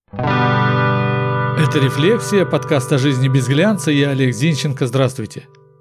Это «Рефлексия», подкаст о жизни без глянца. Я Олег Зинченко. Здравствуйте.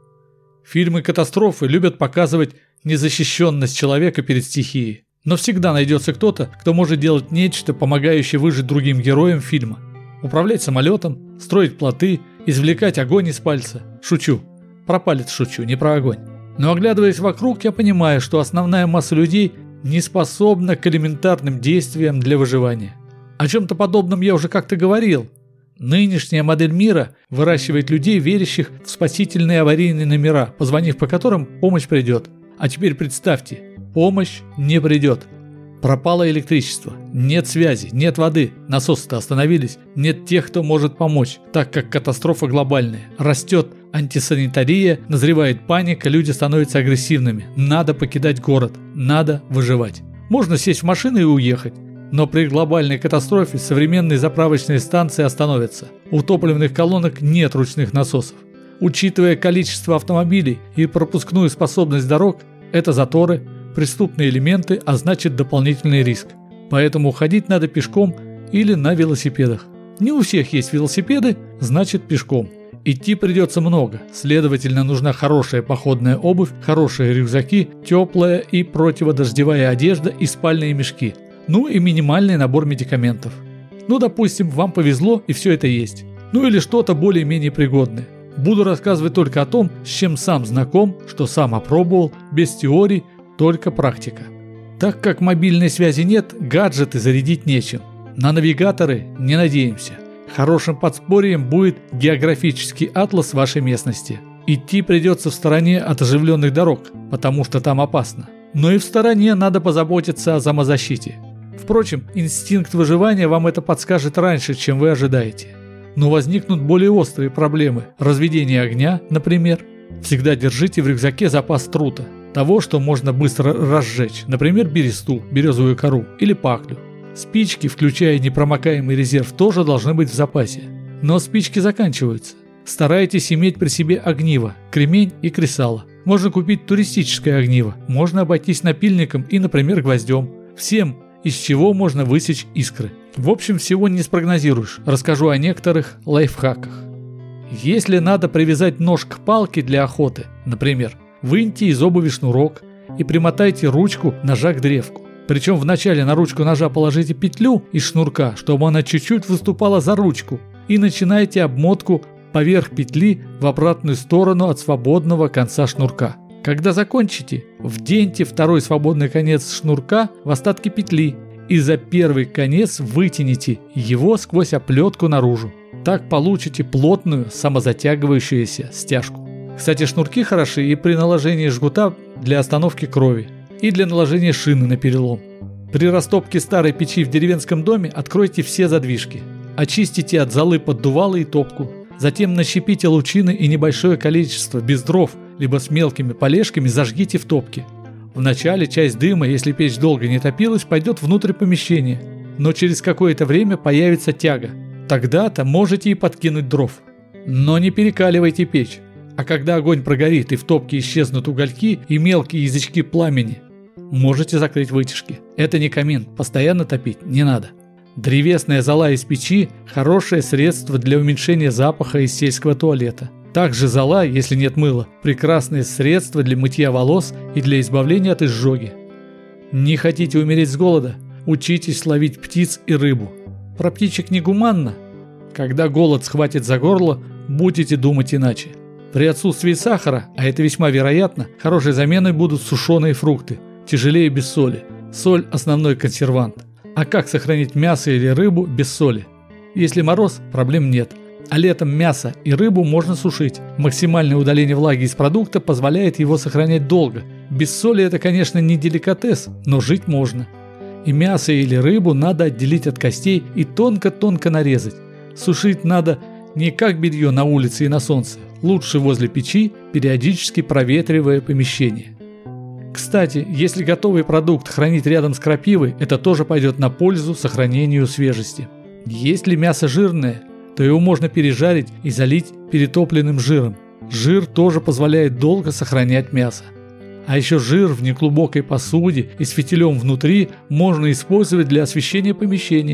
Фильмы катастрофы любят показывать незащищенность человека перед стихией. Но всегда найдется кто-то, кто может делать нечто, помогающее выжить другим героям фильма. Управлять самолетом, строить плоты, извлекать огонь из пальца. Шучу. Про палец шучу, не про огонь. Но оглядываясь вокруг, я понимаю, что основная масса людей не способна к элементарным действиям для выживания. О чем-то подобном я уже как-то говорил. Нынешняя модель мира выращивает людей, верящих в спасительные аварийные номера, позвонив по которым помощь придет. А теперь представьте, помощь не придет. Пропало электричество, нет связи, нет воды, насосы-то остановились, нет тех, кто может помочь, так как катастрофа глобальная. Растет антисанитария, назревает паника, люди становятся агрессивными. Надо покидать город, надо выживать. Можно сесть в машину и уехать. Но при глобальной катастрофе современные заправочные станции остановятся. У топливных колонок нет ручных насосов. Учитывая количество автомобилей и пропускную способность дорог, это заторы, преступные элементы, а значит дополнительный риск. Поэтому ходить надо пешком или на велосипедах. Не у всех есть велосипеды, значит пешком. Идти придется много, следовательно, нужна хорошая походная обувь, хорошие рюкзаки, теплая и противодождевая одежда и спальные мешки. Ну и минимальный набор медикаментов. Ну, допустим, вам повезло и все это есть. Ну или что-то более-менее пригодное. Буду рассказывать только о том, с чем сам знаком, что сам опробовал, без теорий, только практика. Так как мобильной связи нет, гаджеты зарядить нечем. На навигаторы не надеемся. Хорошим подспорьем будет географический атлас вашей местности. Идти придется в стороне от оживленных дорог, потому что там опасно. Но и в стороне надо позаботиться о самозащите. Впрочем, инстинкт выживания вам это подскажет раньше, чем вы ожидаете. Но возникнут более острые проблемы. Разведение огня, например. Всегда держите в рюкзаке запас трута. Того, что можно быстро разжечь. Например, бересту, березовую кору или паклю. Спички, включая непромокаемый резерв, тоже должны быть в запасе. Но спички заканчиваются. Старайтесь иметь при себе огниво, кремень и кресало. Можно купить туристическое огниво. Можно обойтись напильником и, например, гвоздем. Всем, из чего можно высечь искры. В общем, всего не спрогнозируешь. Расскажу о некоторых лайфхаках. Если надо привязать нож к палке для охоты, например, выньте из обуви шнурок и примотайте ручку ножа к древку. Причем вначале на ручку ножа положите петлю из шнурка, чтобы она чуть-чуть выступала за ручку, и начинайте обмотку поверх петли в обратную сторону от свободного конца шнурка. Когда закончите, вденьте второй свободный конец шнурка в остатки петли и за первый конец вытяните его сквозь оплетку наружу. Так получите плотную самозатягивающуюся стяжку. Кстати, шнурки хороши и при наложении жгута для остановки крови, и для наложения шины на перелом. При растопке старой печи в деревенском доме откройте все задвижки. Очистите от золы поддувало и топку. Затем нащепите лучины и небольшое количество без дров, либо с мелкими полежками зажгите в топке. Вначале часть дыма, если печь долго не топилась, пойдет внутрь помещения. Но через какое-то время появится тяга. Тогда-то можете и подкинуть дров. Но не перекаливайте печь. А когда огонь прогорит и в топке исчезнут угольки и мелкие язычки пламени, можете закрыть вытяжки. Это не камин, постоянно топить не надо. Древесная зола из печи – хорошее средство для уменьшения запаха из сельского туалета. Также зола, если нет мыла, прекрасное средство для мытья волос и для избавления от изжоги. Не хотите умереть с голода? Учитесь ловить птиц и рыбу. Про птичек негуманно. Когда голод схватит за горло, будете думать иначе. При отсутствии сахара, а это весьма вероятно, хорошей заменой будут сушеные фрукты, тяжелее без соли. Соль – основной консервант. А как сохранить мясо или рыбу без соли? Если мороз, проблем нет. А летом мясо и рыбу можно сушить. Максимальное удаление влаги из продукта позволяет его сохранять долго. Без соли это, конечно, не деликатес, но жить можно. И мясо или рыбу надо отделить от костей и тонко-тонко нарезать. Сушить надо не как белье на улице и на солнце, лучше возле печи, периодически проветривая помещение. Кстати, если готовый продукт хранить рядом с крапивой, это тоже пойдет на пользу сохранению свежести. Если мясо жирное, то его можно пережарить и залить перетопленным жиром. Жир тоже позволяет долго сохранять мясо. А еще жир в неглубокой посуде и с фитилем внутри можно использовать для освещения помещения.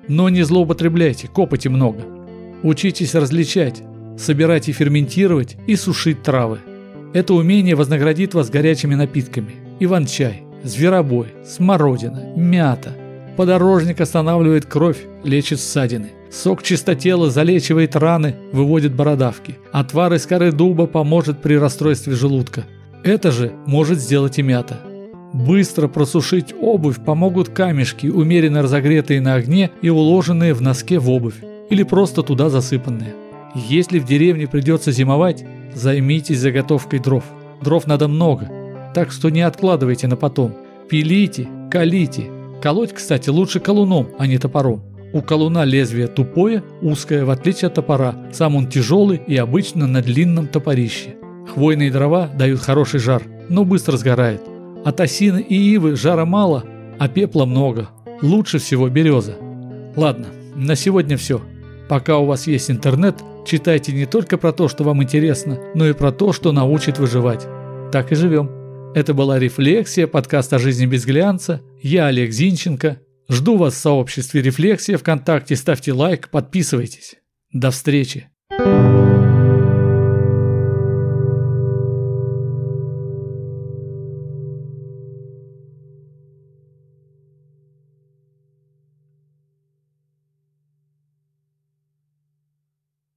Но не злоупотребляйте, копоти много. Учитесь различать, собирать и ферментировать и сушить травы. Это умение вознаградит вас горячими напитками. Иван-чай, зверобой, смородина, мята. Подорожник останавливает кровь, лечит ссадины. Сок чистотела залечивает раны, выводит бородавки. Отвар из коры дуба поможет при расстройстве желудка. Это же может сделать и мята. Быстро просушить обувь помогут камешки, умеренно разогретые на огне и уложенные в носке в обувь, или просто туда засыпанные. Если в деревне придется зимовать, займитесь заготовкой дров. Дров надо много, так что не откладывайте на потом. Пилите, колите. Колоть, кстати, лучше колуном, а не топором. У колуна лезвие тупое, узкое, в отличие от топора. Сам он тяжелый и обычно на длинном топорище. Хвойные дрова дают хороший жар, но быстро сгорает. От осины и ивы жара мало, а пепла много. Лучше всего береза. Ладно, на сегодня все. Пока у вас есть интернет, читайте не только про то, что вам интересно, но и про то, что научит выживать. Так и живем. Это была «Рефлексия», подкаст о жизни без глянца. Я Олег Зинченко. Жду вас в сообществе «Рефлексия» ВКонтакте. Ставьте лайк, подписывайтесь. До встречи.